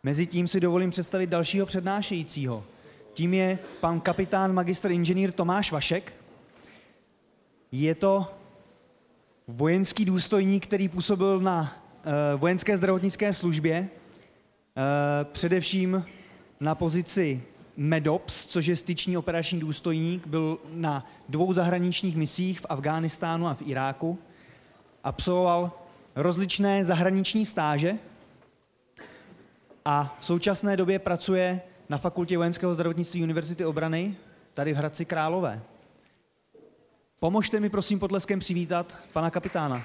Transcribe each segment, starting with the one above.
Mezitím si dovolím představit dalšího přednášejícího. Tím je pan kapitán magistr inženýr Tomáš Vašek. Je to vojenský důstojník, který působil na vojenské zdravotnické službě, především na pozici MEDOPS, což je styční operační důstojník, byl na 2 zahraničních misích v Afghánistánu a v Iráku. Absolvoval rozličné zahraniční stáže a v současné době pracuje na Fakultě vojenského zdravotnictví Univerzity obrany tady v Hradci Králové. Pomožte mi prosím potleskem přivítat pana kapitána.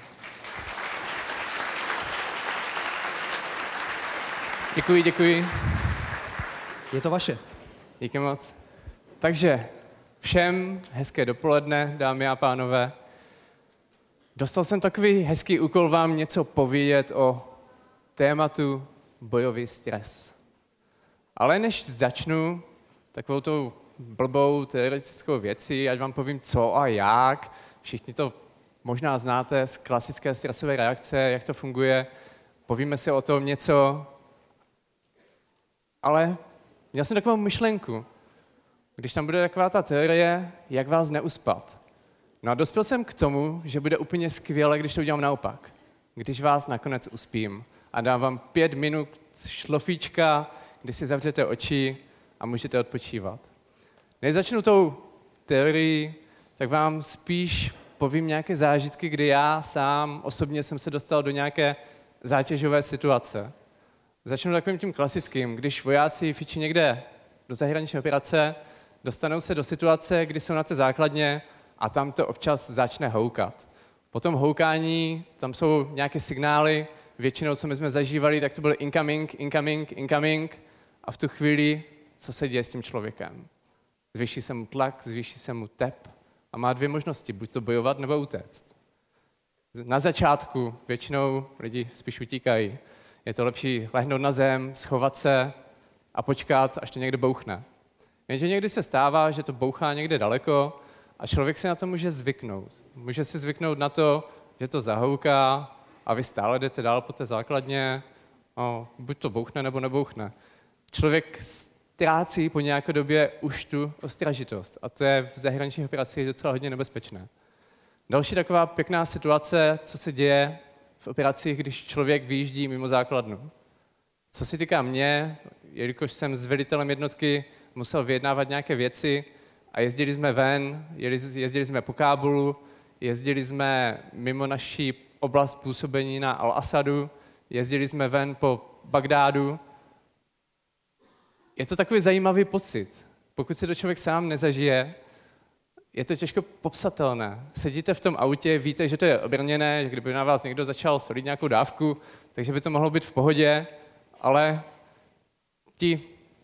Děkuji. Je to vaše. Díky moc. Takže všem hezké dopoledne, dámy a pánové. Dostal jsem takový hezký úkol vám něco povědět o tématu bojový stres. Ale než začnu takovou tou blbou teoretickou věcí, ať vám povím co a jak, všichni to možná znáte z klasické stresové reakce, jak to funguje, povíme si o tom něco, ale měl jsem takovou myšlenku, když tam bude taková ta teorie, jak vás neuspat. No a dospěl jsem k tomu, že bude úplně skvěle, když to udělám naopak. Když vás nakonec uspím a dám vám 5 minut šlofíčka, kdy si zavřete oči a můžete odpočívat. Než začnu tou teorií, tak vám spíš povím nějaké zážitky, kdy já sám osobně jsem se dostal do nějaké zátěžové situace. Začnu takovým tím klasickým, když vojáci fičí někde do zahraniční operace, dostanou se do situace, kdy jsou na té základně a tam to občas začne houkat. Po tom houkání tam jsou nějaké signály, většinou, co my jsme zažívali, tak to byl incoming a v tu chvíli, co se děje s tím člověkem. Zvýší se mu tlak, zvýší se mu tep a má 2 možnosti, buď to bojovat nebo utéct. Na začátku většinou lidi spíš utíkají. Je to lepší lehnout na zem, schovat se a počkat, až to někde bouchne. Jenže někdy se stává, že to bouchá někde daleko a člověk si na to může zvyknout. Může si zvyknout na to, že to zahouká a vy stále jdete dál po té základně, buď to bouchne nebo nebouchne. Člověk ztrácí po nějaké době už tu ostražitost a to je v zahraničních operacích docela hodně nebezpečné. Další taková pěkná situace, co se děje v operacích, když člověk vyjíždí mimo základnu. Co se týká mě, jelikož jsem s velitelem jednotky musel vyjednávat nějaké věci a jezdili jsme ven, jezdili jsme po Kábulu, jezdili jsme mimo naší oblast působení na Al-Asadu, jezdili jsme ven po Bagdádu. Je to takový zajímavý pocit. Pokud si to člověk sám nezažije, je to těžko popsatelné. Sedíte v tom autě, víte, že to je obrněné, že kdyby na vás někdo začal solit nějakou dávku, takže by to mohlo být v pohodě, ale ti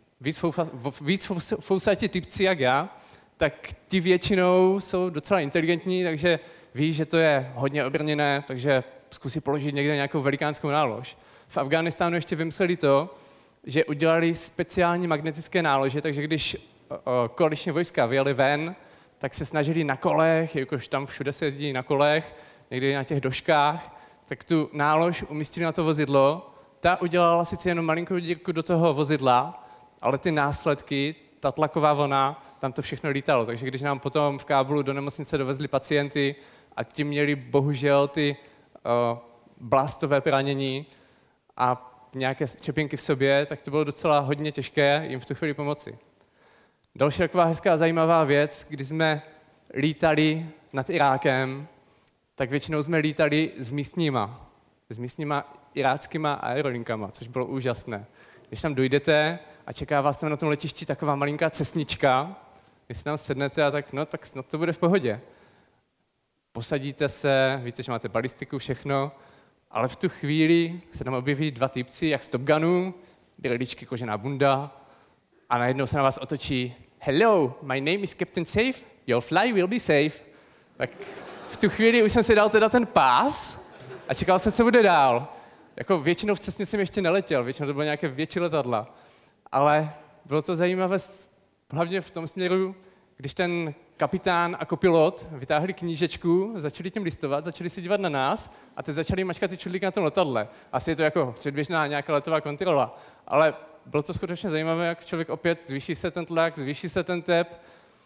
víc fousatí typci jak já, tak ti většinou jsou docela inteligentní, takže ví, že to je hodně obrněné, takže zkusí položit někde nějakou velikánskou nálož. V Afghánistánu ještě vymysleli to, že udělali speciální magnetické nálože, takže když koaliční vojska vyjeli ven, tak se snažili na kolech, jakož tam všude se jezdí na kolech, někdy na těch doškách, tak tu nálož umístili na to vozidlo. Ta udělala sice jenom malinkou dírku do toho vozidla, ale ty následky, ta tlaková vlna, tam to všechno lítalo. Takže když nám potom v Kábulu do nemocnice dovezli pacienty a ti měli bohužel ty blastové pranění a nějaké třepinky v sobě, tak to bylo docela hodně těžké jim v tu chvíli pomoci. Další taková hezká zajímavá věc, když jsme lítali nad Irákem, tak většinou jsme lítali s místníma iráckýma aerolinkama, což bylo úžasné. Když tam dojdete a čeká vás tam na tom letišti taková malinká cestnička, když si tam sednete a tak snad to bude v pohodě. Posadíte se, víte, že máte balistiku, všechno, ale v tu chvíli se tam objeví 2 typci, jak z Top Gunu, běleličky, kožená bunda a najednou se na vás otočí Hello, my name is Captain Safe, your fly will be safe. Tak v tu chvíli už jsem si dal teda ten pás a čekal jsem, co bude dál. Jako většinou v cestě jsem ještě neletěl, většinou to bylo nějaké větší letadla. Ale bylo to zajímavé hlavně v tom směru, když ten kapitán a kopilot vytáhli knížečku, začali tím listovat, začali se dívat na nás a teď začali mačkat ty čudlíky na tom letadle. Asi je to jako předběžná nějaká letová kontrola, ale bylo to skutečně zajímavé, jak člověk opět zvýší se ten tlak, zvýší se ten tep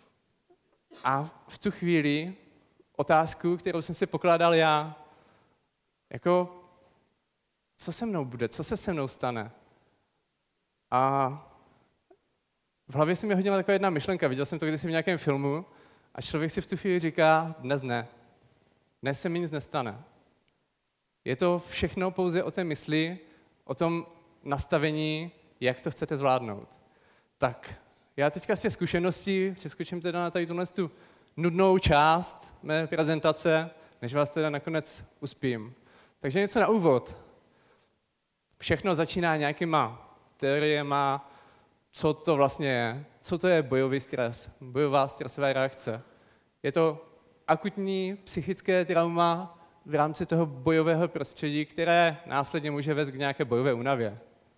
a v tu chvíli otázku, kterou jsem si pokládal já, jako co se mnou bude, co se se mnou stane. A v hlavě se mi hodila taková jedna myšlenka, viděl jsem to kdysi v nějakém filmu a člověk si v tu chvíli říká, dnes ne, dnes se mi nic nestane. Je to všechno pouze o té mysli, o tom nastavení, jak to chcete zvládnout. Tak já teďka z těch zkušeností přeskočím teda na tady tu nudnou část mé prezentace, než vás teda nakonec uspím. Takže něco na úvod. Všechno začíná nějakýma teoriema, co to vlastně je, co to je bojový stres, bojová stresová reakce. Je to akutní psychické trauma v rámci toho bojového prostředí, které následně může vést k nějaké bojové únavě.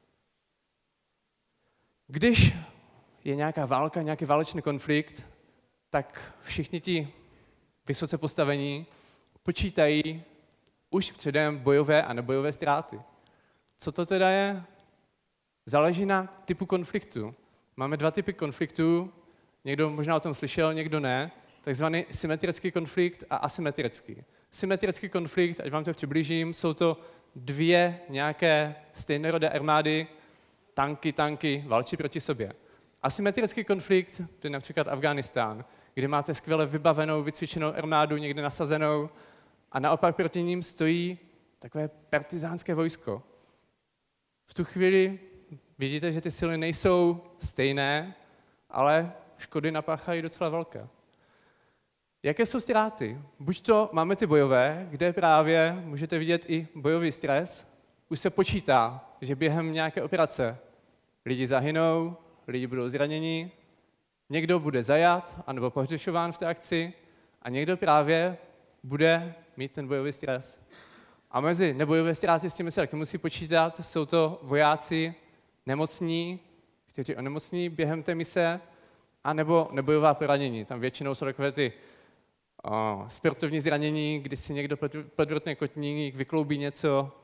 Když je nějaká válka, nějaký válečný konflikt, tak všichni ti vysoce postavení počítají už předem bojové a nebojové ztráty. Co to teda je? Záleží na typu konfliktu. Máme 2 typy konfliktů, někdo možná o tom slyšel, někdo ne, takzvaný symetrický konflikt a asymetrický. Symetrický konflikt, ať vám to přiblížím, jsou to 2 nějaké stejnorodé armády, tanky, válčí proti sobě. Asymetrický konflikt, to je například Afghánistán, kde máte skvěle vybavenou, vycvičenou armádu, někde nasazenou a naopak proti ním stojí takové partizánské vojsko. V tu chvíli vidíte, že ty síly nejsou stejné, ale škody napáchají docela velké. Jaké jsou ztráty? Buď to máme ty bojové, kde právě můžete vidět i bojový stres. Už se počítá, že během nějaké operace lidi zahynou, lidi budou zraněni, někdo bude zajat anebo pohřešován v té akci a někdo právě bude mít ten bojový stres. A mezi nebojové ztráty, s těmi se taky musí počítat, jsou to vojáci nemocní, kteří onemocní během té mise, anebo nebojová poranění. Tam většinou jsou takové ty sportovní zranění, kdy si někdo podvrtne kotník, vykloubí něco.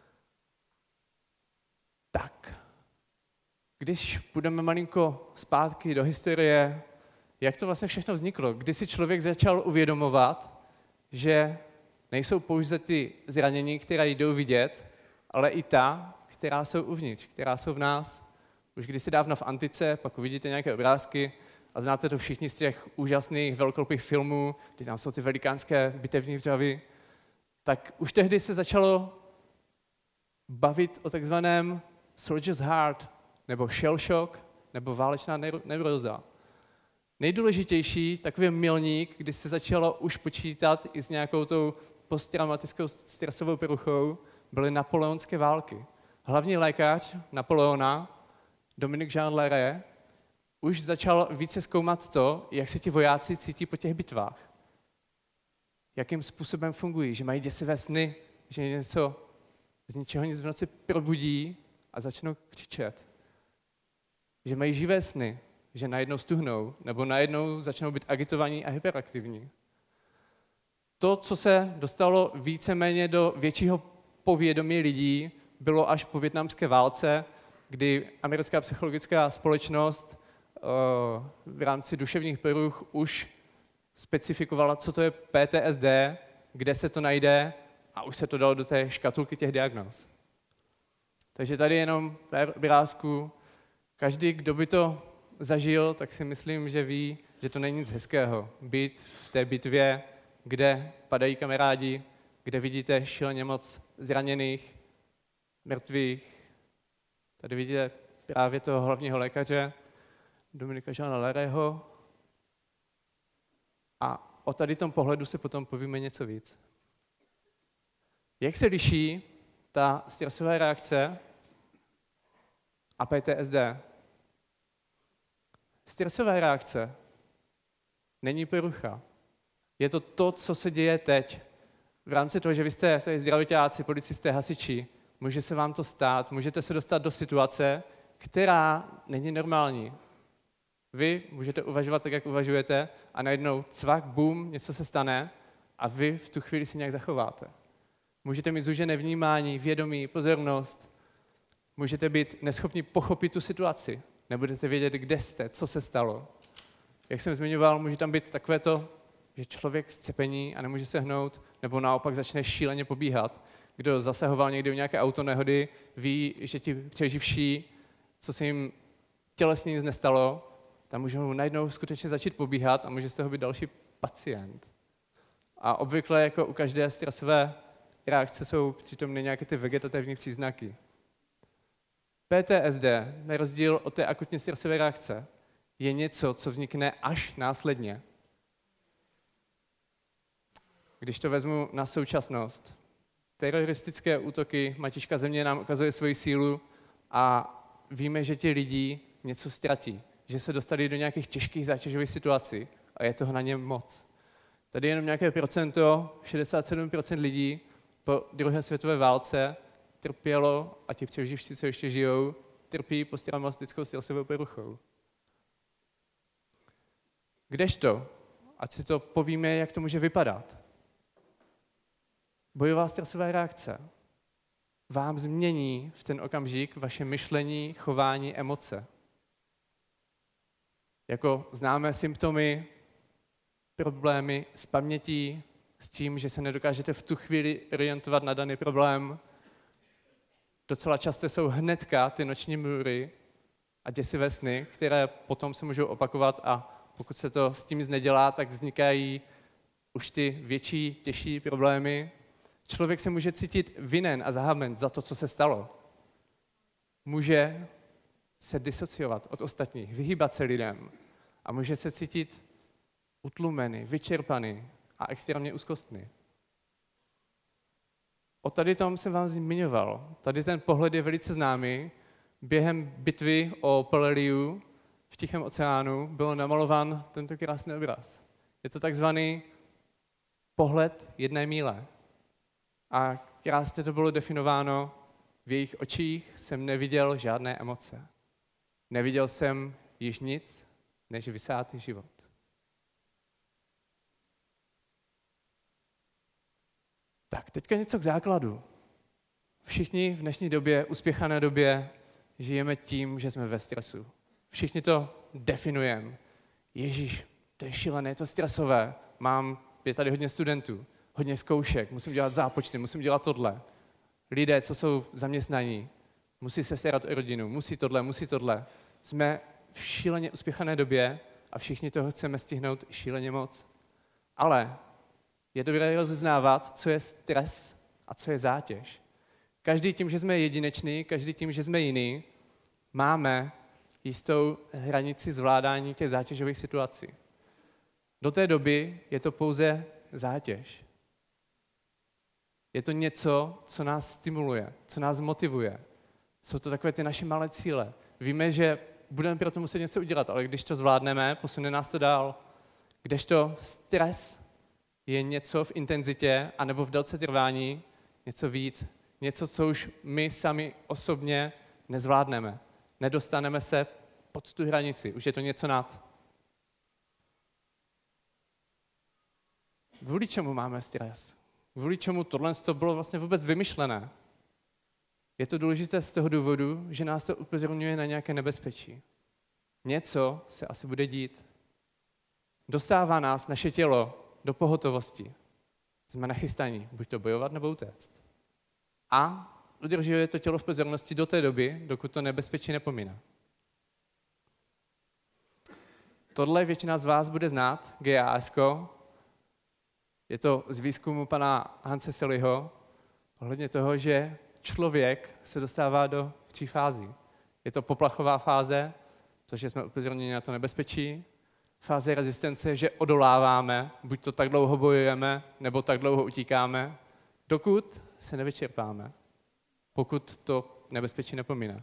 Tak, když půjdeme malinko zpátky do historie, jak to vlastně všechno vzniklo? Kdy si člověk začal uvědomovat, že nejsou pouze ty zranění, která jdou vidět, ale i ta, která jsou uvnitř, která jsou v nás. Už kdysi dávno v antice, pak uvidíte nějaké obrázky a znáte to všichni z těch úžasných velkolepých filmů, kdy tam jsou ty velikánské bitevní vřavy, tak už tehdy se začalo bavit o takzvaném soldier's heart, nebo shell shock, nebo válečná neuróza. Nejdůležitější takový milník, kdy se začalo už počítat i s nějakou tou posttraumatickou stresovou poruchou, byly napoleonské války. Hlavní lékař Napoleona, Dominique Jean Larrey, už začal více zkoumat to, jak se ti vojáci cítí po těch bitvách. Jakým způsobem fungují, že mají děsivé sny, že něco z ničeho nic v noci probudí a začnou křičet. Že mají živé sny, že najednou stuhnou, nebo najednou začnou být agitovaní a hyperaktivní. To, co se dostalo víceméně do většího povědomí lidí, bylo až po vietnamské válce, kdy americká psychologická společnost v rámci duševních poruch už specifikovala, co to je PTSD, kde se to najde a už se to dalo do té škatulky těch diagnóz. Takže tady jenom pár obrázků. Každý, kdo by to zažil, tak si myslím, že ví, že to není nic hezkého. Být v té bitvě, kde padají kamarádi, kde vidíte šíleně moc zraněných, mrtvých. Tady vidíte právě toho hlavního lékaře, Dominika Jeana Larreyho. A o tady tom pohledu se potom povíme něco víc. Jak se liší ta stresová reakce a PTSD? Stresová reakce není porucha. Je to to, co se děje teď. V rámci toho, že vy jste tady zdraviťáci, policisté, hasiči, může se vám to stát, můžete se dostat do situace, která není normální. Vy můžete uvažovat tak, jak uvažujete a najednou cvak, bum, něco se stane a vy v tu chvíli si nějak zachováte. Můžete mít zúžené vnímání, vědomí, pozornost. Můžete být neschopni pochopit tu situaci. Nebudete vědět, kde jste, co se stalo. Jak jsem zmiňoval, může tam být takové to, že člověk zcepení a nemůže se hnout, nebo naopak začne šíleně pobíhat. Kdo zasahoval někdy v nějaké autonehody, ví, že ti přeživší, co se jim tělesně nic nestalo, tam můžou najednou skutečně začít pobíhat a může z toho být další pacient. A obvykle jako u každé stresové reakce jsou přítomny nějaké ty vegetativní příznaky. PTSD, na rozdíl od té akutní stresové reakce, je něco, co vznikne až následně. Když to vezmu na současnost, teroristické útoky, Matička země nám ukazuje svoji sílu a víme, že ti lidi něco ztratí, že se dostali do nějakých těžkých zátěžových situací a je toho na ně moc. Tady jenom nějaké procento, 67% lidí po druhé světové válce trpělo, a ti přeživší, co ještě žijou, trpí posttraumatickou stresovou poruchou. Kdežto, ať si to povíme, jak to může vypadat. Bojová stresová reakce vám změní v ten okamžik vaše myšlení, chování, emoce. Jako známé symptomy, problémy s pamětí, s tím, že se nedokážete v tu chvíli orientovat na daný problém. Docela často jsou hnedka ty noční můry a děsivé sny, které potom se můžou opakovat a pokud se to s tím nic nedělá, tak vznikají už ty větší, těžší problémy. Člověk se může cítit vinen a zahamen za to, co se stalo. Může se disociovat od ostatních, vyhýbat se lidem a může se cítit utlumený, vyčerpaný a extrémně úzkostný. O tady tom jsem vám zmiňoval. Tady ten pohled je velice známý. Během bitvy o Peleliu v Tichém oceánu byl namalován tento krásný obraz. Je to takzvaný pohled jedné míle. A krásně to bylo definováno, v jejich očích jsem neviděl žádné emoce. Neviděl jsem již nic, než vysátý život. Tak, teďka něco k základu. Všichni v dnešní době, uspěchané době, žijeme tím, že jsme ve stresu. Všichni to definujeme. Ježíš, to je šílené, je to stresové. Je tady hodně studentů, hodně zkoušek, musím dělat zápočty, musím dělat tohle. Lidé, co jsou zaměstnaní, musí se starat o rodinu, musí tohle. Jsme v šíleně uspěchané době a všichni toho chceme stihnout šíleně moc. Ale je dobré rozeznávat, co je stres a co je zátěž. Každý tím, že jsme jedinečný, každý tím, že jsme jiný, máme jistou hranici zvládání těch zátěžových situací. Do té doby je to pouze zátěž. Je to něco, co nás stimuluje, co nás motivuje. Jsou to takové ty naše malé cíle. Víme, že budeme pro to muset něco udělat, ale když to zvládneme, posune nás to dál. Kdežto stres je něco v intenzitě anebo v délce trvání, něco víc, něco, co už my sami osobně nezvládneme. Nedostaneme se pod tu hranici, už je to něco nad. Kvůli čemu máme stres? Kvůli čemu tohle bylo vlastně vůbec vymyšlené? Je to důležité z toho důvodu, že nás to upozorňuje na nějaké nebezpečí. Něco se asi bude dít. Dostává nás naše tělo do pohotovosti. Jsme nachystaní, buď to bojovat, nebo utéct. A udržuje to tělo v pozornosti do té doby, dokud to nebezpečí nepomine. Tohle většina z vás bude znát, GAS-ko. Je to z výzkumu pana Hanse Seliho, ohledně toho, že člověk se dostává do 3 fází. Je to poplachová fáze, protože jsme upozorněni na to nebezpečí, fáze rezistence, že odoláváme, buď to tak dlouho bojujeme, nebo tak dlouho utíkáme, dokud se nevyčerpáme, pokud to nebezpečí nepomine.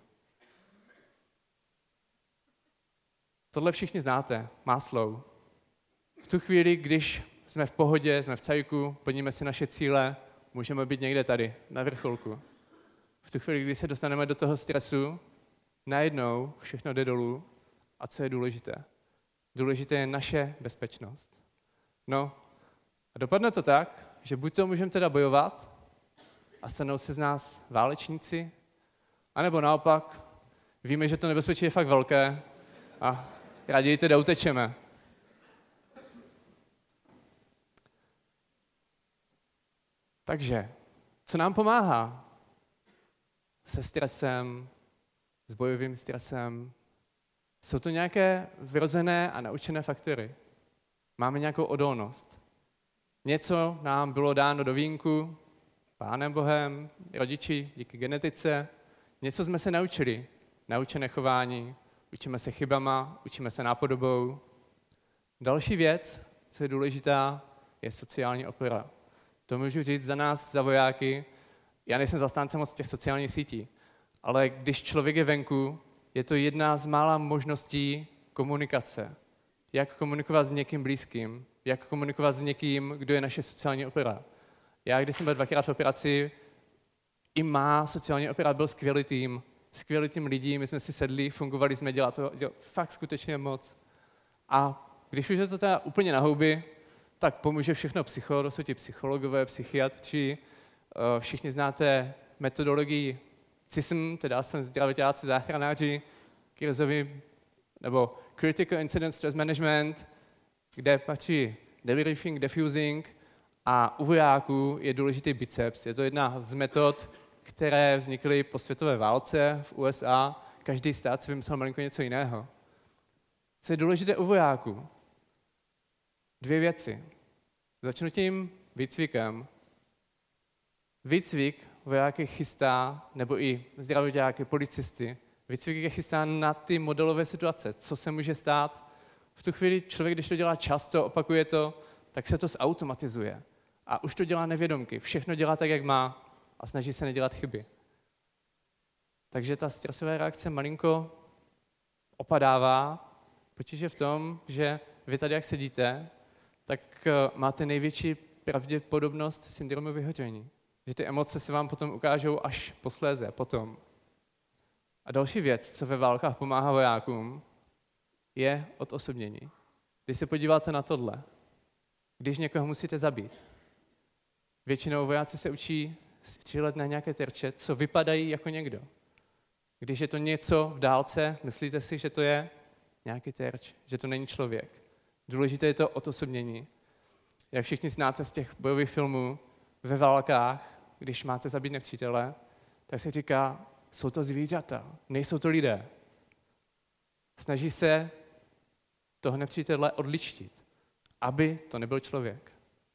Tohle všichni znáte, Maslow. V tu chvíli, když jsme v pohodě, jsme v cajku, plníme si naše cíle, můžeme být někde tady, na vrcholku. V tu chvíli, kdy se dostaneme do toho stresu, najednou všechno jde dolů a co je důležité? Důležité je naše bezpečnost. No a dopadne to tak, že buď to můžeme teda bojovat a stanou se z nás válečníci, anebo naopak víme, že to nebezpečí je fakt velké a raději teda utečeme. Takže, co nám pomáhá se stresem, s bojovým stresem? Jsou to nějaké vrozené a naučené faktory. Máme nějakou odolnost. Něco nám bylo dáno do vínku, Pánem Bohem, rodiči, díky genetice. Něco jsme se naučili. Naučené chování, učíme se chybama, učíme se nápodobou. Další věc, co je důležitá, je sociální opora. To můžu říct za nás, za vojáky. Já nejsem zastáncem moc těch sociálních sítí, ale když člověk je venku, je to jedna z mála možností komunikace. Jak komunikovat s někým blízkým, jak komunikovat s někým, kdo je naše sociální opora. Já, když jsem byl 2krát v operaci, i má sociální opera byl skvělý tým lidí, my jsme si sedli, fungovali jsme, dělali to fakt skutečně moc. A když už je to teda úplně na houby, tak pomůže všechno to jsou ti psychologové, psychiatři, všichni znáte metodologii CISM, teda aspoň zdravitáci, záchranáři, krizový nebo Critical Incident Stress Management, kde patří debriefing, defusing a u vojáků je důležitý biceps. Je to jedna z metod, které vznikly po světové válce v USA. Každý stát si vymyslel malinko něco jiného. Co je důležité u vojáků? 2 věci. Začnu tím výcvikem. Výcvik vojáky chystá, nebo i zdravitáky, policisty, výcvik je chystá na ty modelové situace, co se může stát. V tu chvíli člověk, když to dělá často, opakuje to, tak se to zautomatizuje. A už to dělá nevědomky. Všechno dělá tak, jak má a snaží se nedělat chyby. Takže ta stresová reakce malinko opadává. Potíž je v tom, že vy tady, jak sedíte, tak máte největší pravděpodobnost syndromu vyhoření. Že ty emoce se vám potom ukážou až posléze, potom. A další věc, co ve válkách pomáhá vojákům, je odosobnění. Když se podíváte na tohle, když někoho musíte zabít, většinou vojáci se učí střílet na nějaké terče, co vypadají jako někdo. Když je to něco v dálce, myslíte si, že to je nějaký terč, že to není člověk. Důležité je to odosobnění. Jak všichni znáte z těch bojových filmů, ve válkách, když máte zabít nepřítele, tak se říká, jsou to zvířata, nejsou to lidé. Snaží se toho nepřítele odlištit, aby to nebyl člověk.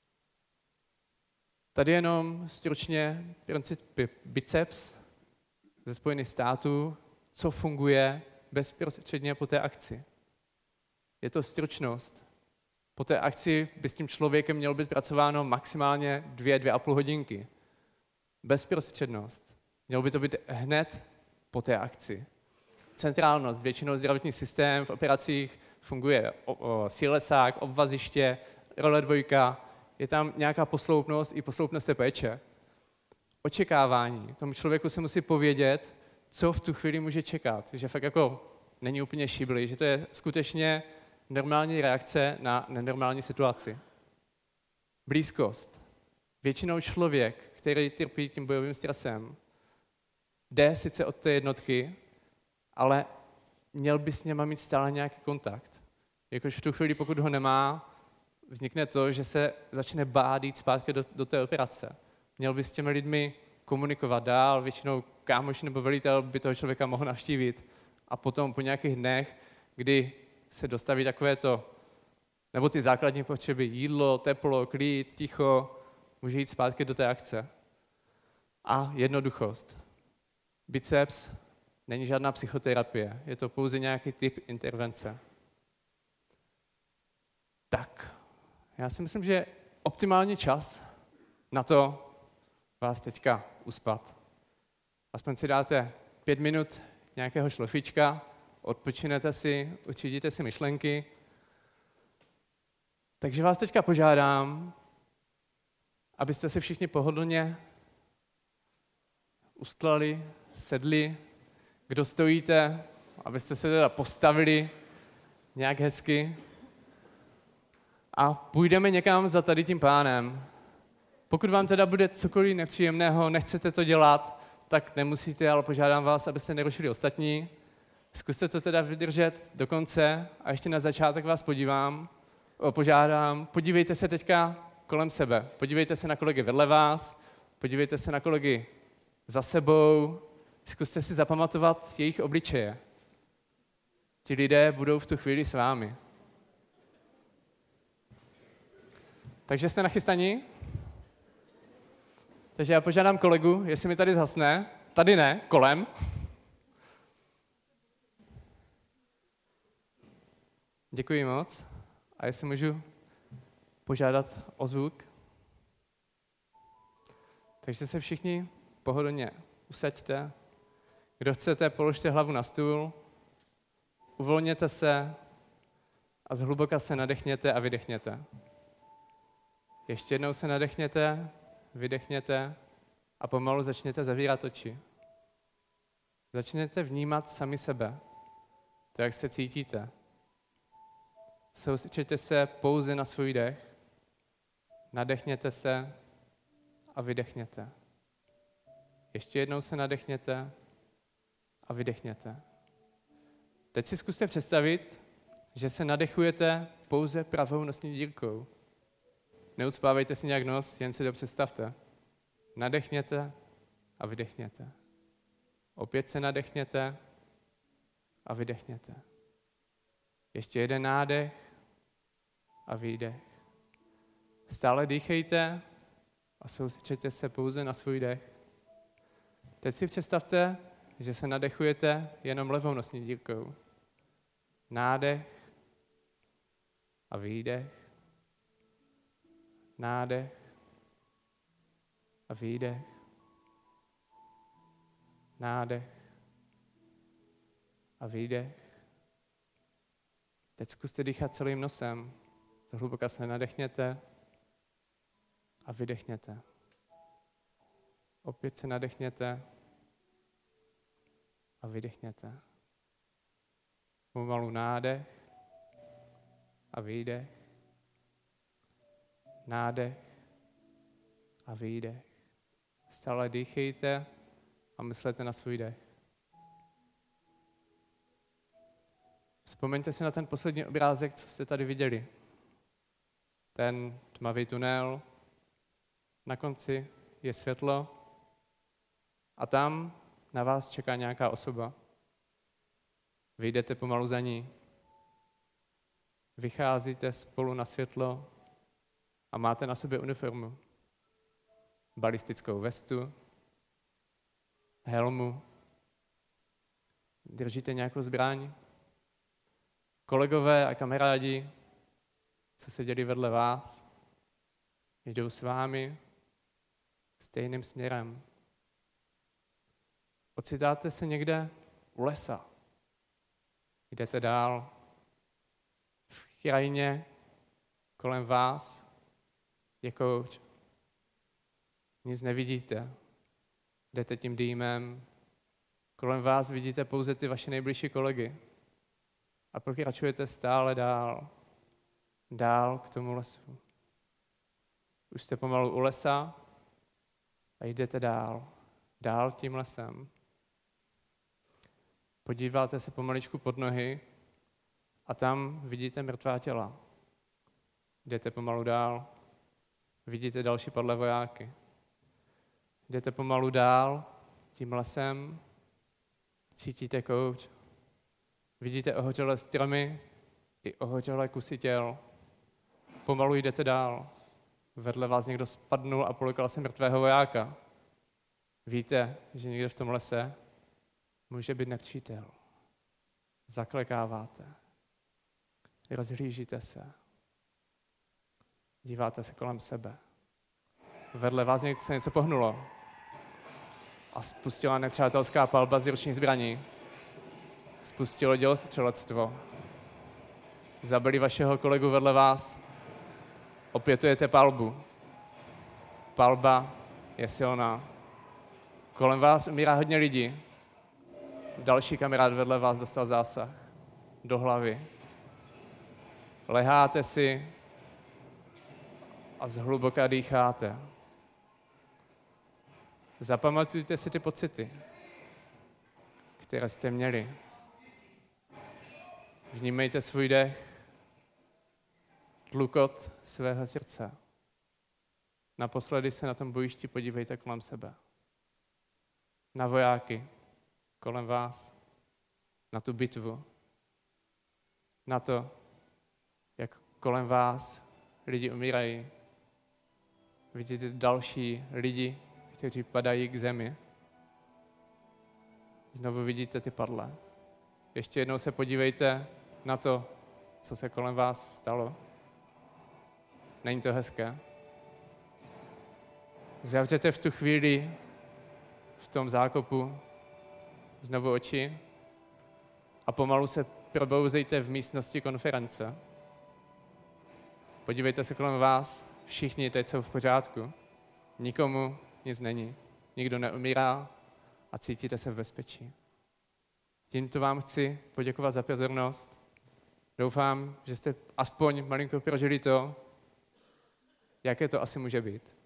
Tady jenom stručně princip biceps ze Spojených států, co funguje bezprostředně po té akci. Je to stručnost. Po té akci by s tím člověkem mělo být pracováno maximálně 2,5 hodinky. Bezprostřednost. Mělo by to být hned po té akci. Centrálnost. Většinou zdravotní systém v operacích funguje sílesák, obvaziště, role 2. Je tam nějaká posloupnost i posloupnost té péče. Očekávání. Tomu člověku se musí povědět, co v tu chvíli může čekat. Že fakt jako není úplně šiblý, že to je skutečně normální reakce na nenormální situaci. Blízkost. Většinou člověk, který trpí tím bojovým stresem, jde sice od té jednotky, ale měl by s něma mít stále nějaký kontakt. Jakož v tu chvíli, pokud ho nemá, vznikne to, že se začne bát jít zpátky do té operace. Měl by s těmi lidmi komunikovat dál, většinou kámoš nebo velitel by toho člověka mohl navštívit a potom po nějakých dnech, kdy se dostaví takovéto, nebo ty základní potřeby, jídlo, teplo, klid, ticho, může jít zpátky do té akce. A jednoduchost. Biceps není žádná psychoterapie, je to pouze nějaký typ intervence. Tak, já si myslím, že optimální čas na to vás teďka uspat. Aspoň si dáte 5 minut nějakého šlofíčka, odpočinete si, učidíte si myšlenky. Takže vás teďka požádám, abyste se všichni pohodlně ustlali, sedli, kdo stojíte, abyste se teda postavili nějak hezky. a půjdeme někam za tady tím pánem. Pokud vám teda bude cokoliv nepříjemného, nechcete to dělat, tak nemusíte, ale požádám vás, abyste nerušili ostatní. Zkuste to teda vydržet do konce a ještě na začátek vás požádám, podívejte se teďka kolem sebe. Podívejte se na kolegy vedle vás, podívejte se na kolegy za sebou, zkuste si zapamatovat jejich obličeje. Ti lidé budou v tu chvíli s vámi. Takže jste nachystaní? Takže já požádám kolegu, jestli mi tady zhasne. Tady ne, kolem. Děkuji moc. A jestli můžu požádat o zvuk. Takže se všichni pohodlně usaďte. Kdo chcete, položte hlavu na stůl, uvolněte se a zhluboka se nadechněte a vydechněte. Ještě jednou se nadechněte, vydechněte a pomalu začněte zavírat oči. Začněte vnímat sami sebe, to, jak se cítíte. Soustřeďte se pouze na svůj dech, nadechněte se a vydechněte. Ještě jednou se nadechněte a vydechněte. Teď si zkuste představit, že se nadechujete pouze pravou nosní dírkou. Neucpávejte si nějak nos, jen si to představte. Nadechněte a vydechněte. Opět se nadechněte a vydechněte. Ještě jeden nádech a výdech. Stále dýchejte a soustřeďte se pouze na svůj dech. Teď si představte, že se nadechujete jenom levou nosní dírkou. Nádech a výdech. Nádech a výdech. Nádech a výdech. Teď zkuste dýchat celým nosem. Zhluboka se nadechněte a vydechněte. Opět se nadechněte a vydechněte. Pomalu nádech a výdech. Nádech a výdech. Stále dýchejte a myslete na svůj dech. Vzpomeňte si na ten poslední obrázek, co jste tady viděli. Ten tmavý tunel, na konci je světlo a tam na vás čeká nějaká osoba. Vy jdete pomalu za ní. Vycházíte spolu na světlo a máte na sobě uniformu. Balistickou vestu, helmu, držíte nějakou zbraň. Kolegové a kamarádi, co seděli vedle vás, jdou s vámi stejným směrem. Ocitáte se někde u lesa. Jdete dál. V krajině kolem vás je kouř. Nic nevidíte. Jdete tím dýmem. Kolem vás vidíte pouze ty vaše nejbližší kolegy. A pokračujete stále dál. Dál k tomu lesu. Už jste pomalu u lesa a jdete dál. Dál tím lesem. Podíváte se pomaličku pod nohy a tam vidíte mrtvá těla. Jdete pomalu dál. Vidíte další padlé vojáky. Jdete pomalu dál tím lesem. Cítíte kouř. Vidíte ohořelé stromy i ohořelé kusy těl. Pomalu jdete dál. Vedle vás někdo spadnul a polekal se mrtvého vojáka. Víte, že někde v tom lese může být nepřítel. Zaklekáváte. Rozhlížíte se. Díváte se kolem sebe. Vedle vás se něco pohnulo a spustila nepřátelská palba z ruční zbraní. Spustilo dělostřelectvo. Zabili vašeho kolegu vedle vás. Opětujete palbu. Palba je silná. Kolem vás umírá hodně lidí. Další kamarád vedle vás dostal zásah do hlavy. Leháte si a zhluboka dýcháte. Zapamatujte si ty pocity, které jste měli. Vnímejte svůj dech, tlukot svého srdce. Naposledy se na tom bojišti podívejte kolem sebe. Na vojáky kolem vás, na tu bitvu, na to, jak kolem vás lidi umírají. Vidíte další lidi, kteří padají k zemi. Znovu vidíte ty padlé. Ještě jednou se podívejte na to, co se kolem vás stalo. Není to hezké? Zavřete v tu chvíli v tom zákopu znovu oči a pomalu se probouzejte v místnosti konference. Podívejte se kolem vás, všichni teď jsou v pořádku. Nikomu nic není, nikdo neumírá a cítíte se v bezpečí. Tímto vám chci poděkovat za pozornost. Doufám, že jste aspoň malinko prožili to, jaké to asi může být.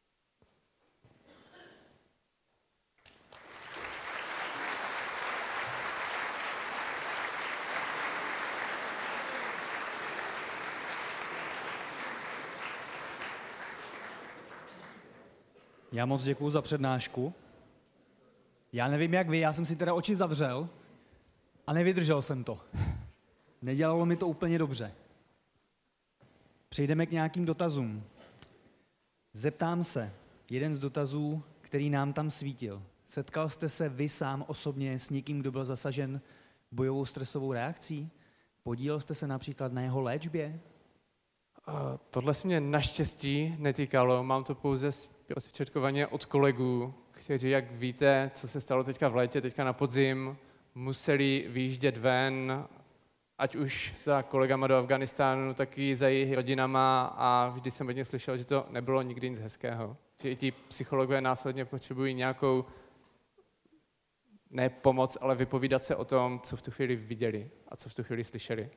Já moc děkuju za přednášku. Já nevím, jak vy, já jsem si teda oči zavřel a nevydržel jsem to. Nedělalo mi to úplně dobře. Přejdeme k nějakým dotazům. Zeptám se, jeden z dotazů, který nám tam svítil. Setkal jste se vy sám osobně s někým, kdo byl zasažen bojovou stresovou reakcí? Podílel jste se například na jeho léčbě? Tohle se mě naštěstí netýkalo, mám to pouze zprostředkovaně od kolegů, kteří, jak víte, co se stalo teďka v létě, teďka na podzim, museli vyjíždět ven, ať už za kolegama do Afghánistánu, tak i za jejich rodinama a vždy jsem od nich slyšel, že to nebylo nikdy nic hezkého. Že i ti psychologové následně potřebují nějakou, ne pomoc, ale vypovídat se o tom, co v tu chvíli viděli a co v tu chvíli slyšeli.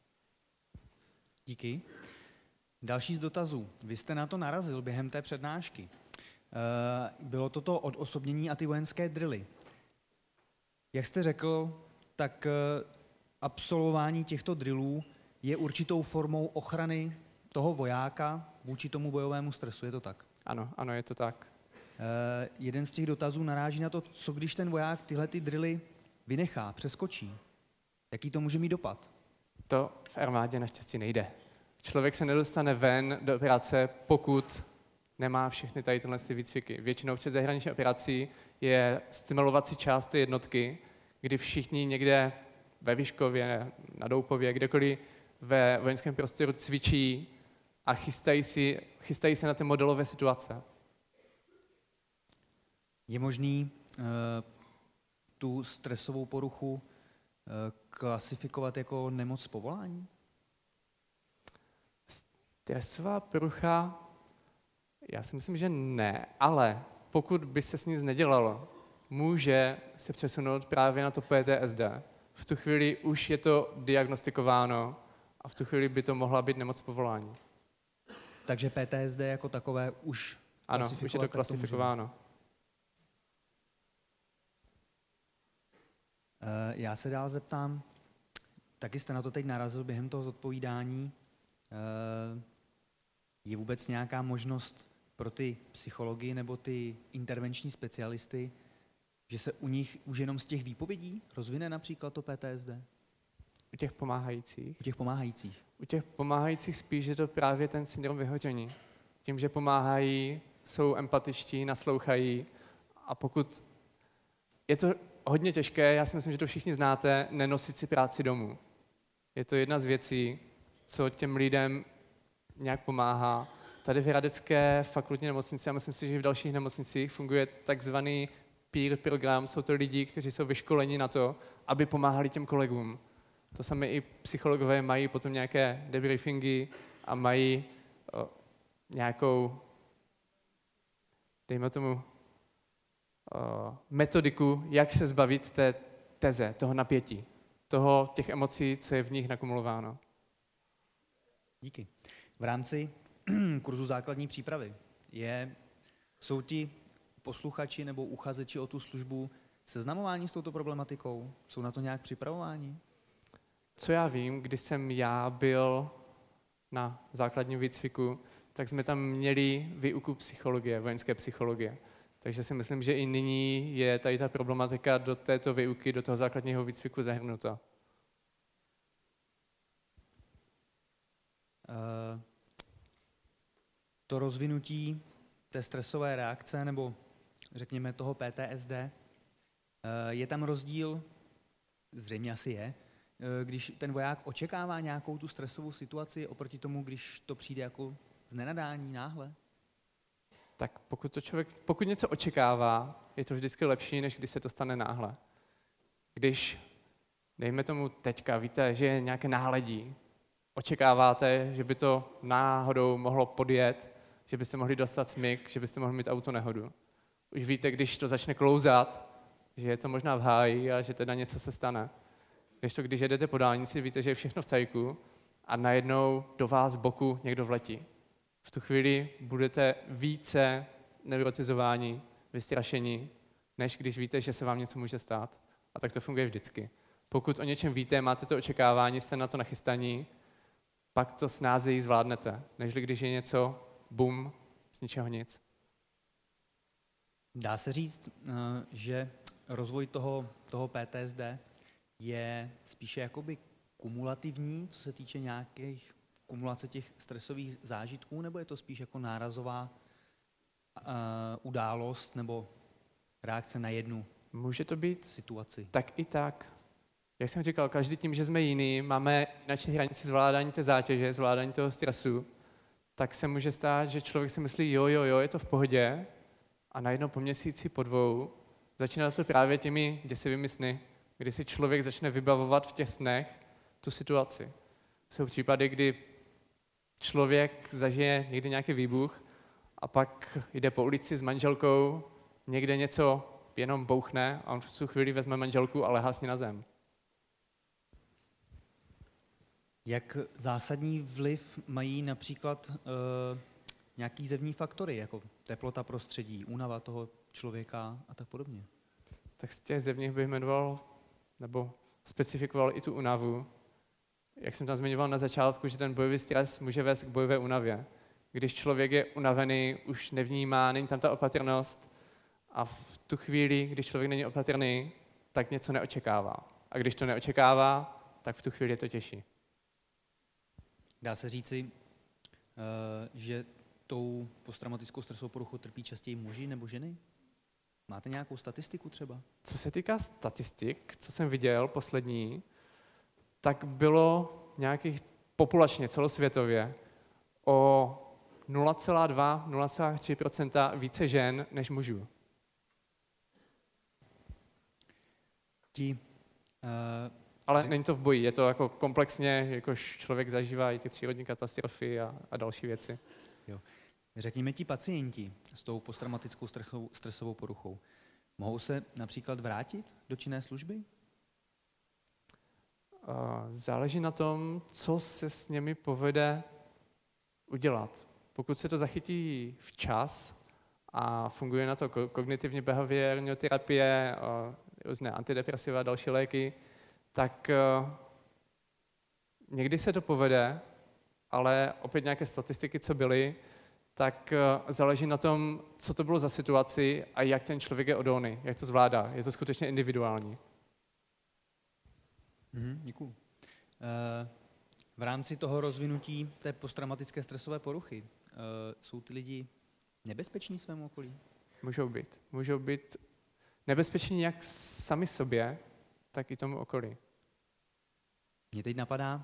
Díky. Další z dotazů. Vy jste na to narazil během té přednášky. Bylo toto odosobnění a ty vojenské drily. Jak jste řekl, tak absolvování těchto drillů je určitou formou ochrany toho vojáka vůči tomu bojovému stresu, je to tak? Ano, je to tak. Jeden z těch dotazů naráží na to, co když ten voják tyhle ty drily vynechá, přeskočí. Jaký to může mít dopad? To v armádě naštěstí nejde. Člověk se nedostane ven do operace, pokud nemá všechny tady tyhle výcviky. Většinou před zahraniční operací je stimulovací část té jednotky, kdy všichni někde ve Vyškově, na Doupově, kdekoliv ve vojenském prostoru cvičí a chystají se na ty modelové situace. Je možný tu stresovou poruchu klasifikovat jako nemoc z povolání? Stresová porucha, já si myslím, že ne, ale pokud by se s nic nedělalo, může se přesunout právě na to PTSD. V tu chvíli už je to diagnostikováno a v tu chvíli by to mohla být nemoc z povolání. Takže PTSD jako takové už ano, už je to klasifikováno. Já se dál zeptám, taky jste na to teď narazil během toho zodpovídání. Je vůbec nějaká možnost pro ty psychology nebo ty intervenční specialisty, že se u nich už jenom z těch výpovědí rozvine například to PTSD? U těch pomáhajících? U těch pomáhajících. U těch pomáhajících spíš je to právě ten syndrom vyhoření. Tím, že pomáhají, jsou empatičtí, naslouchají a pokud je to hodně těžké, já si myslím, že to všichni znáte, nenosit si práci domů. Je to jedna z věcí, co těm lidem nějak pomáhá. Tady v Hradecké fakultní nemocnici, a myslím si, že i v dalších nemocnicích funguje takzvaný peer program. Jsou to lidi, kteří jsou vyškoleni na to, aby pomáhali těm kolegům. To samé i psychologové mají potom nějaké debriefingy a mají nějakou, dejme tomu, metodiku, jak se zbavit té teze, toho napětí, těch emocí, co je v nich nakumulováno. Díky. V rámci kurzu základní přípravy. Jsou ti posluchači nebo uchazeči o tu službu seznamováni s touto problematikou? Jsou na to nějak připravováni? Co já vím, když jsem já byl na základním výcviku, tak jsme tam měli výuku psychologie, vojenské psychologie. Takže si myslím, že i nyní je tady ta problematika do této výuky, do toho základního výcviku zahrnuta. To rozvinutí té stresové reakce nebo řekněme toho PTSD, je tam rozdíl, zřejmě asi je, když ten voják očekává nějakou tu stresovou situaci oproti tomu, když to přijde jako z nenadání náhle? Tak pokud něco očekává, je to vždycky lepší, než když se to stane náhle. Když, dejme tomu teďka, víte, že je nějaké náhledí, očekáváte, že by to náhodou mohlo podjet, že byste mohli dostat smyk, že byste mohli mít autonehodu. Už víte, když to začne klouzat, že je to možná v háji a že teda něco se stane. Když jedete po dálnici, víte, že je všechno v cajku a najednou do vás z boku někdo vletí. V tu chvíli budete více neurotizováni, vystrašení, než když víte, že se vám něco může stát. A tak to funguje vždycky. Pokud o něčem víte, máte to očekávání, jste na to nachystaní, pak to snázeji zvládnete, než když je něco bum, z ničeho nic. Dá se říct, že rozvoj toho PTSD je spíše jakoby kumulativní, co se týče nějakých kumulace těch stresových zážitků, nebo je to spíš jako nárazová událost nebo reakce na jednu Může to být situaci? tak i tak. Jak jsem říkal, každý tím, že jsme jiný, máme jináčí hranici zvládání té zátěže, zvládání toho stresu, tak se může stát, že člověk si myslí, jo, je to v pohodě, a najednou po měsíci, po dvou, začíná to právě těmi děsivými sny, kdy si člověk začne vybavovat v těch snech tu situaci. Jsou případy, kdy člověk zažije někdy nějaký výbuch a pak jde po ulici s manželkou, někde něco jenom bouchne a on v tu chvíli vezme manželku a lehá s ní na zem. Jak zásadní vliv mají například nějaký zevní faktory, jako teplota prostředí, únava toho člověka a tak podobně? Tak z těch zevních bych jmenoval nebo specifikoval i tu únavu. Jak jsem tam zmiňoval na začátku, že ten bojový stres může vést k bojové únavě. Když člověk je unavený, už nevnímá, není tam ta opatrnost a v tu chvíli, když člověk není opatrný, tak něco neočekává. A když to neočekává, tak v tu chvíli je to těžší. Dá se říci, že tou posttraumatickou stresovou poruchou trpí častěji muži nebo ženy? Máte nějakou statistiku třeba? Co se týká statistik, co jsem viděl poslední, tak bylo nějakých populačně celosvětově o 0,2–0,3% více žen než mužů. Ale není to v boji, je to jako komplexně, jakož člověk zažívá i ty přírodní katastrofy a další věci. Jo. Řekněme, ti pacienti s tou posttraumatickou stresovou poruchou, mohou se například vrátit do činné služby? Záleží na tom, co se s nimi povede udělat. Pokud se to zachytí včas a funguje na to kognitivně behaviorální terapie, různé antidepresiva a další léky, tak někdy se to povede, ale opět nějaké statistiky, co byly, tak záleží na tom, co to bylo za situaci a jak ten člověk je odolný, jak to zvládá. Je to skutečně individuální. Děkuju. V rámci toho rozvinutí té posttraumatické stresové poruchy jsou ty lidi nebezpeční svému okolí? Můžou být nebezpeční jak sami sobě, tak i tomu okolí. Mně teď napadá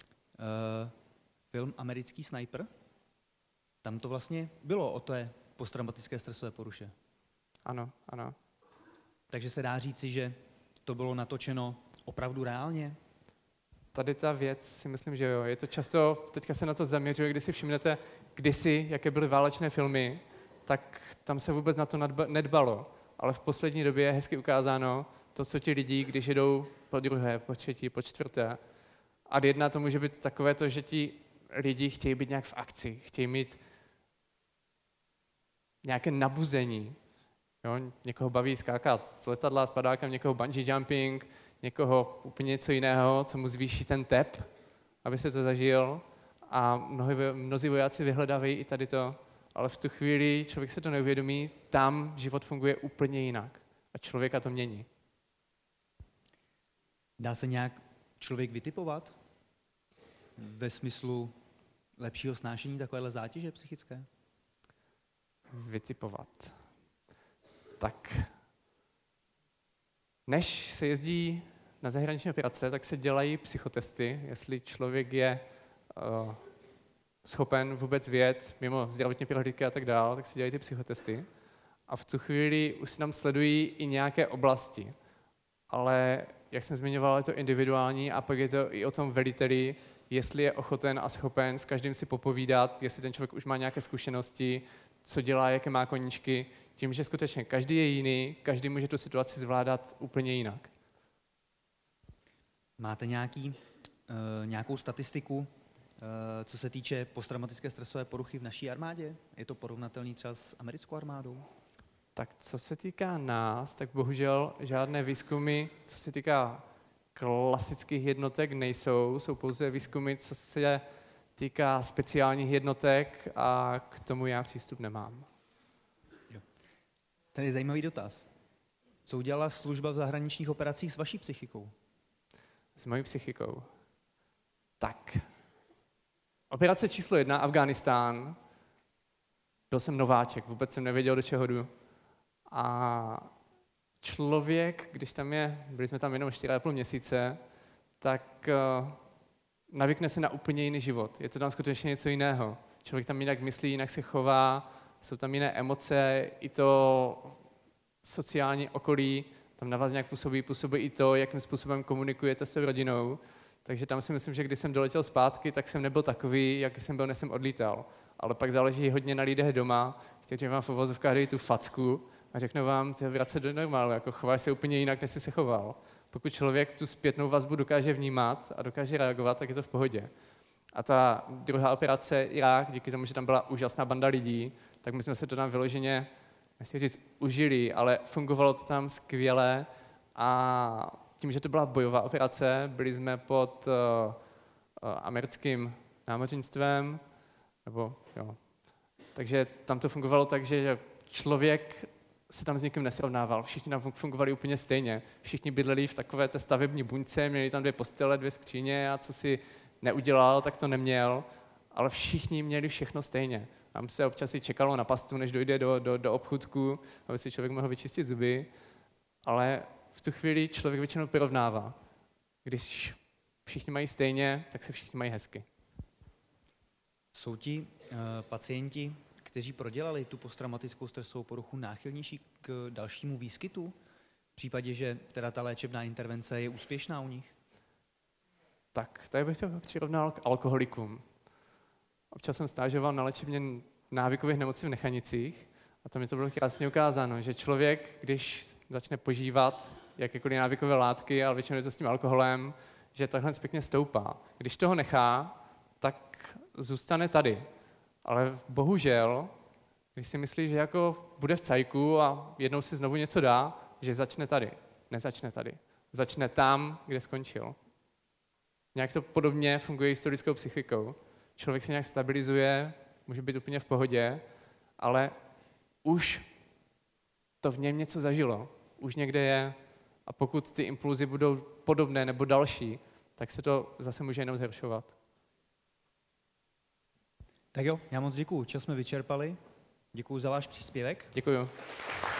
film Americký snajper. Tam to vlastně bylo o té posttraumatické stresové poruše. Ano. Takže se dá říci, že to bylo natočeno opravdu reálně? Tady ta věc si myslím, že jo. Je to často, teďka se na to zaměřuje, když si všimnete kdysi, jaké byly válečné filmy, tak tam se vůbec na to nedbalo. Ale v poslední době je hezky ukázáno to, co ti lidi, když jedou po druhé, po třetí, po čtvrté. A jedna to může být takové to, že ti lidi chtějí být nějak v akci, chtějí mít nějaké nabuzení. Jo? Někoho baví skákat z letadla s padákem, někoho bungee jumping, někoho úplně něco jiného, co mu zvýší ten tep, aby se to zažil. A mnozí vojáci vyhledávají i tady to, ale v tu chvíli člověk se to neuvědomí, tam život funguje úplně jinak a člověka to mění. Dá se nějak člověk vytipovat ve smyslu lepšího snášení takovéhle zátěže psychické? Vytipovat. Tak, než se jezdí na zahraniční operace, tak se dělají psychotesty, jestli člověk je schopen vůbec vyjet mimo zdravotní prohlídky a tak dále, tak se dělají ty psychotesty. A v tu chvíli už se tam sledují i nějaké oblasti. Ale, jak jsem zmiňoval, je to individuální a pak je to i o tom veliteli, jestli je ochoten a schopen s každým si popovídat, jestli ten člověk už má nějaké zkušenosti, co dělá, jaké má koníčky, tím, že skutečně každý je jiný, každý může tu situaci zvládat úplně jinak. Máte nějakou statistiku, co se týče posttraumatické stresové poruchy v naší armádě? Je to porovnatelný třeba s americkou armádou? Tak co se týká nás, tak bohužel žádné výzkumy, co se týká klasických jednotek, nejsou. Jsou pouze výzkumy, co se týká speciálních jednotek a k tomu já přístup nemám. Tady je zajímavý dotaz. Co udělala služba v zahraničních operacích s vaší psychikou? S mojí psychikou. Tak. Operace číslo 1, Afghánistán. Byl jsem nováček, vůbec jsem nevěděl, do čeho jdu. A člověk, když tam je, byli jsme tam jenom 4,5 měsíce, tak navykne se na úplně jiný život. Je to tam skutečně něco jiného. Člověk tam jinak myslí, jinak se chová, jsou tam jiné emoce, i to sociální okolí, tam na vás nějak působí i to, jakým způsobem komunikujete s rodinou. Takže tam si myslím, že když jsem doletěl zpátky, tak jsem nebyl takový, jaký jsem byl, než jsem odlítal. Ale pak záleží hodně na lidech doma, kteří vám v uvozovkách dají tu facku a řeknou vám, vracet do normálu, jako chováš se úplně jinak, než jsi se choval. Pokud člověk tu zpětnou vazbu dokáže vnímat a dokáže reagovat, tak je to v pohodě. A ta druhá operace Irák, díky tomu, že tam byla úžasná banda lidí, tak my jsme se to tam vyloženě, nechci říct, užili, ale fungovalo to tam skvěle a tím, že to byla bojová operace, byli jsme pod americkým námořnictvem, takže tam to fungovalo tak, že člověk se tam s nikým nesrovnával. Všichni tam fungovali úplně stejně. Všichni bydleli v takové té stavební buňce, měli tam 2 postele, 2 skříně a co si neudělal, tak to neměl, ale všichni měli všechno stejně. Tam se občas i čekalo na pastu, než dojde do obchůdku, aby si člověk mohl vyčistit zuby, ale v tu chvíli člověk většinou porovnává. Když všichni mají stejně, tak se všichni mají hezky. Jsou ti pacienti, kteří prodělali tu posttraumatickou stresovou poruchu, náchylnější k dalšímu výskytu? V případě, že teda ta léčebná intervence je úspěšná u nich? Tak, tady bych to přirovnal k alkoholikům. Občas jsem stážoval na léčebně návykových nemocí v Nechanicích a tam mi to bylo krásně ukázáno, že člověk, když začne požívat jakékoliv návykové látky, ale většinou je to s tím alkoholem, že takhle pěkně stoupá. Když toho nechá, tak zůstane tady. Ale bohužel, když si myslí, že jako bude v cajku a jednou si znovu něco dá, že začne tady. Nezačne tady. Začne tam, kde skončil. Nějak to podobně funguje i s lidskou psychikou. Člověk se nějak stabilizuje, může být úplně v pohodě, ale už to v něm něco zažilo. Už někde je a pokud ty impulzy budou podobné nebo další, tak se to zase může jenom zhoršovat. Tak jo, já moc děkuju. Čas jsme vyčerpali. Děkuju za váš příspěvek. Děkuju.